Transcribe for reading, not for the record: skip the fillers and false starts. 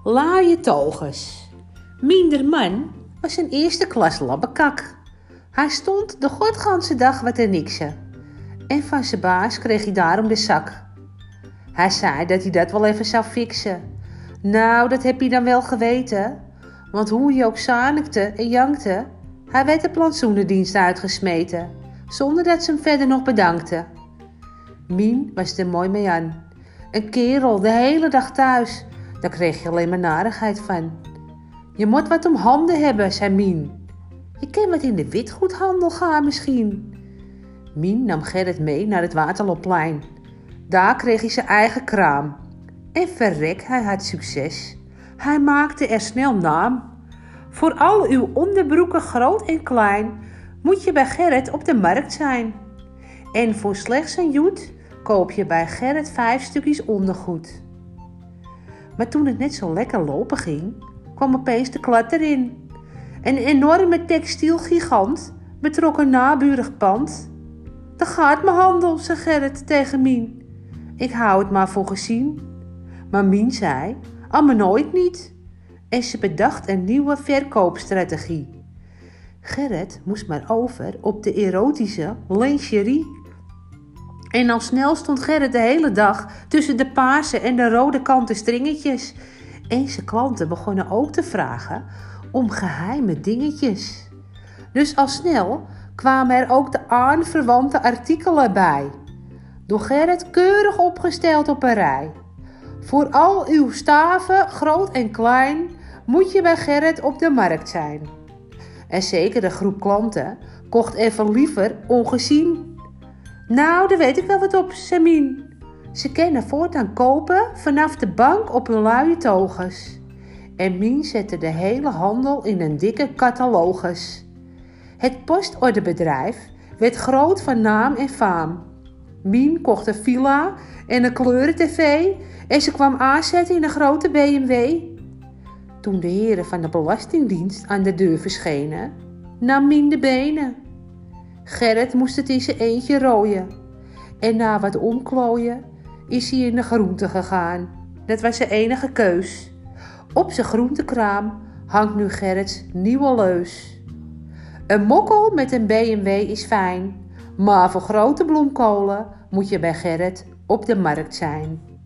Laaie toges. Minder man was een eerste klas labbekak. Hij stond de godganse dag wat te niksen. En van zijn baas kreeg hij daarom de zak. Hij zei dat hij dat wel even zou fixen. Nou, dat heb hij dan wel geweten. Want hoe hij ook zanikte en jankte, hij werd de plantsoenendienst uitgesmeten, zonder dat ze hem verder nog bedankte. Mien was er mooi mee aan. Een kerel de hele dag thuis, daar kreeg je alleen maar narigheid van. Je moet wat om handen hebben, zei Mien. Je kan wat in de witgoedhandel gaan misschien. Mien nam Gerrit mee naar het Waterloopplein. Daar kreeg hij zijn eigen kraam. En verrek, hij had succes. Hij maakte er snel naam. Voor al uw onderbroeken groot en klein moet je bij Gerrit op de markt zijn. En voor slechts een joet koop je bij Gerrit 5 stukjes ondergoed. Maar toen het net zo lekker lopen ging, kwam opeens de klad erin. Een enorme textielgigant betrok een naburig pand. Daar gaat mijn handel, zei Gerrit tegen Mien. Ik hou het maar voor gezien. Maar Mien zei, me nooit niet. En ze bedacht een nieuwe verkoopstrategie. Gerrit moest maar over op de erotische lingerie. En al snel stond Gerrit de hele dag tussen de paarse en de rode kanten stringetjes. En zijn klanten begonnen ook te vragen om geheime dingetjes. Dus al snel kwamen er ook de aanverwante artikelen bij. Door Gerrit keurig opgesteld op een rij. Voor al uw staven, groot en klein, moet je bij Gerrit op de markt zijn. En zeker de groep klanten kocht even liever ongezien. Nou, daar weet ik wel wat op, zei Mien. Ze kunnen voortaan kopen vanaf de bank op hun luie toges. En Mien zette de hele handel in een dikke catalogus. Het postordebedrijf werd groot van naam en faam. Mien kocht een villa en een kleurentv en ze kwam aanzetten in een grote BMW. Toen de heren van de Belastingdienst aan de deur verschenen, nam Mien de benen. Gerrit moest het in zijn eentje rooien. En na wat omklooien is hij in de groente gegaan. Dat was zijn enige keus. Op zijn groentekraam hangt nu Gerrits nieuwe leus. Een mokkel met een BMW is fijn, maar voor grote bloemkolen moet je bij Gerrit op de markt zijn.